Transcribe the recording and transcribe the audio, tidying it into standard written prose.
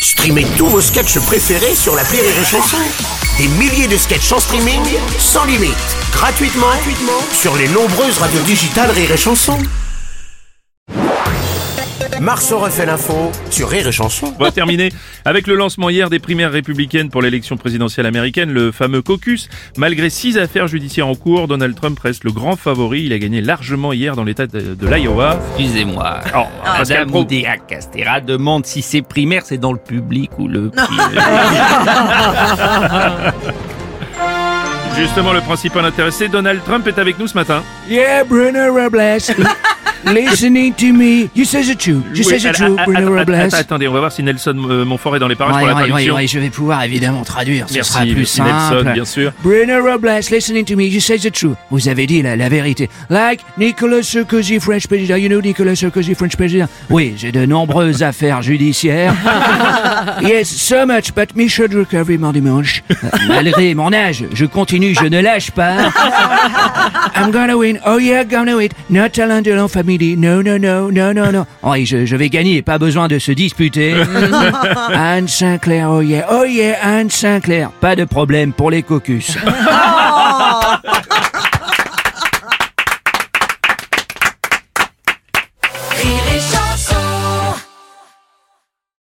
Streamez tous vos sketchs préférés sur l'appli Rire et Chanson. Des milliers de sketchs en streaming, sans limite, gratuitement sur les nombreuses radios digitales Rire et Chanson. Marceau refait l'info sur Rire et Chanson. On va terminer avec le lancement hier des primaires républicaines pour l'élection présidentielle américaine, le fameux caucus. Malgré 6 affaires judiciaires en cours, Donald Trump reste le grand favori. Il a gagné largement hier dans l'état de l'Iowa. Excusez-moi. Madame Oudéa Castéra demande si ces primaires c'est dans le public ou le privé. Justement, le principal intéressé, Donald Trump, est avec nous ce matin. Yeah, Bruno Robles. Listening to me. You say the truth. You say the truth, Bruno Robles. Attendez, on va voir si Nelson Montfort est dans les parages pour la traduction. Oui, je vais pouvoir évidemment traduire. Ce sera plus Merci, simple. Nelson, bien sûr. Bruno Robles, listening to me. You say the truth. Vous avez dit la vérité. Like Nicolas Sarkozy, French president. You know Nicolas Sarkozy, French president. Oui, j'ai de nombreuses affaires judiciaires. Yes, so much, but me should recover mon dimanche. Malgré mon âge, je continue, je ne lâche pas. I'm gonna win. Oh yeah, gonna win. Not talent de famille. No. Oui, je vais gagner, pas besoin de se disputer. Anne Sinclair, oh yeah, Anne Sinclair. Pas de problème pour les caucus.